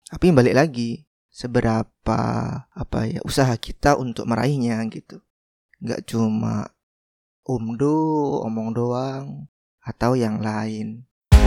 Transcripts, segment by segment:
Tapi balik lagi, seberapa usaha kita untuk meraihnya gitu. Nggak cuma omong doang atau yang lain.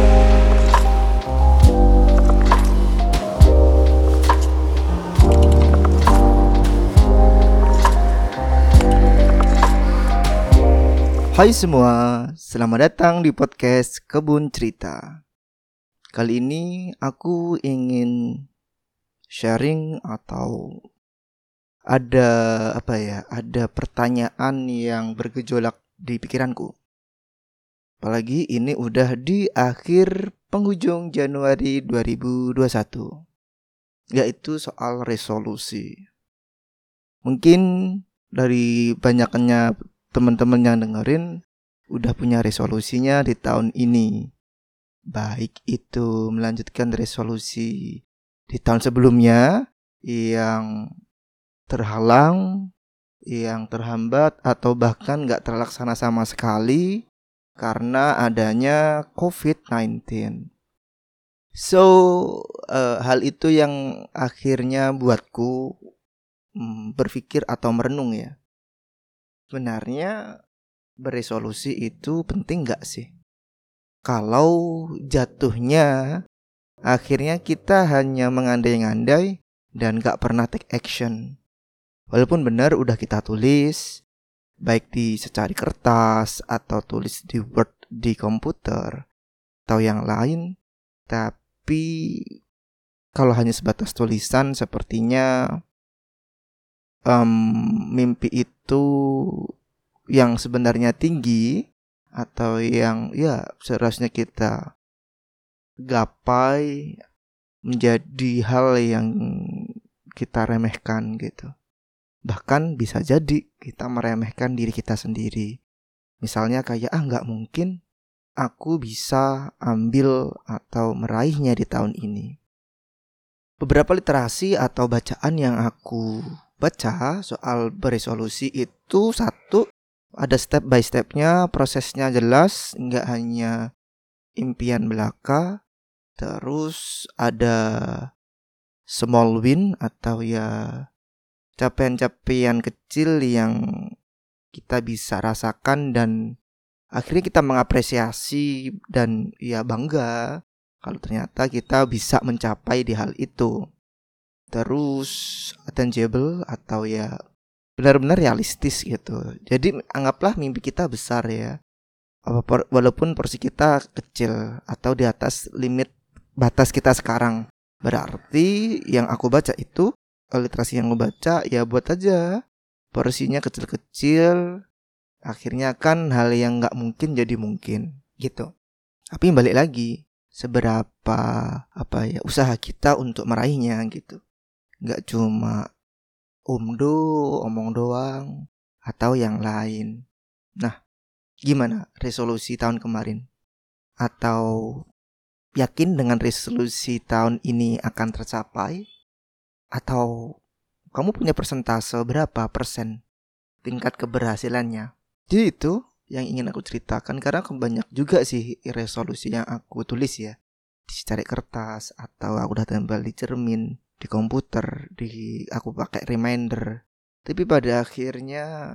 Hai semua, selamat datang di podcast Kebun Cerita. Kali ini aku ingin sharing atau ada pertanyaan yang bergejolak di pikiranku. Apalagi ini udah di akhir penghujung Januari 2021, yaitu soal resolusi. Mungkin dari banyaknya teman-teman yang dengerin udah punya resolusinya di tahun ini. Baik itu melanjutkan resolusi di tahun sebelumnya yang terhalang, yang terhambat, atau bahkan gak terlaksana sama sekali karena adanya COVID-19. So, hal itu yang akhirnya buatku berpikir atau merenung ya. Sebenarnya beresolusi itu penting gak sih? Kalau jatuhnya akhirnya kita hanya mengandai-ngandai dan gak pernah take action. Walaupun benar udah kita tulis, baik di secari kertas atau tulis di Word di komputer atau yang lain, tapi kalau hanya sebatas tulisan sepertinya mimpi itu yang sebenarnya tinggi atau yang seharusnya kita gapai menjadi hal yang kita remehkan gitu. Bahkan bisa jadi kita meremehkan diri kita sendiri. Misalnya kayak gak mungkin aku bisa ambil atau meraihnya di tahun ini. Beberapa literasi atau bacaan yang aku baca soal beresolusi itu, satu, ada step by stepnya, prosesnya jelas, nggak hanya impian belaka. Terus ada small win atau capaian-capaian kecil yang kita bisa rasakan dan akhirnya kita mengapresiasi dan bangga kalau ternyata kita bisa mencapai di hal itu. Terus tangible atau benar-benar realistis gitu. Jadi anggaplah mimpi kita besar ya. Walaupun porsi kita kecil atau di atas limit batas kita sekarang. Berarti yang aku baca itu, literasi yang aku baca buat aja porsinya kecil-kecil. Akhirnya kan hal yang gak mungkin jadi mungkin gitu. Tapi balik lagi, seberapa usaha kita untuk meraihnya gitu. Gak cuma omong doang atau yang lain. Nah, gimana resolusi tahun kemarin? Atau yakin dengan resolusi tahun ini akan tercapai? Atau kamu punya persentase berapa persen tingkat keberhasilannya? Jadi itu yang ingin aku ceritakan, karena banyak juga sih resolusi yang aku tulis ya, di secari kertas atau aku udah tempel di cermin, di komputer, aku pakai reminder. Tapi pada akhirnya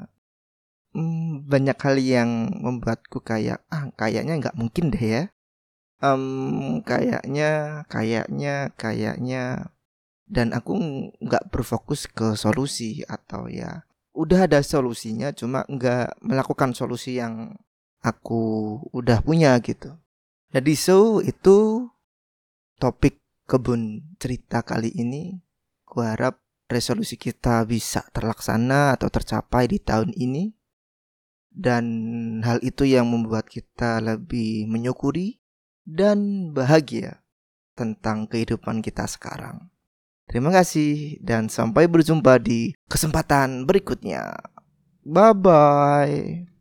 banyak hal yang membuatku kayaknya nggak mungkin deh ya. Kayaknya dan aku nggak berfokus ke solusi atau udah ada solusinya cuma nggak melakukan solusi yang aku udah punya gitu. Jadi itu topik Kebun Cerita kali ini. Ku harap resolusi kita bisa terlaksana atau tercapai di tahun ini. Dan hal itu yang membuat kita lebih menyukuri dan bahagia tentang kehidupan kita sekarang. Terima kasih dan sampai berjumpa di kesempatan berikutnya. Bye-bye.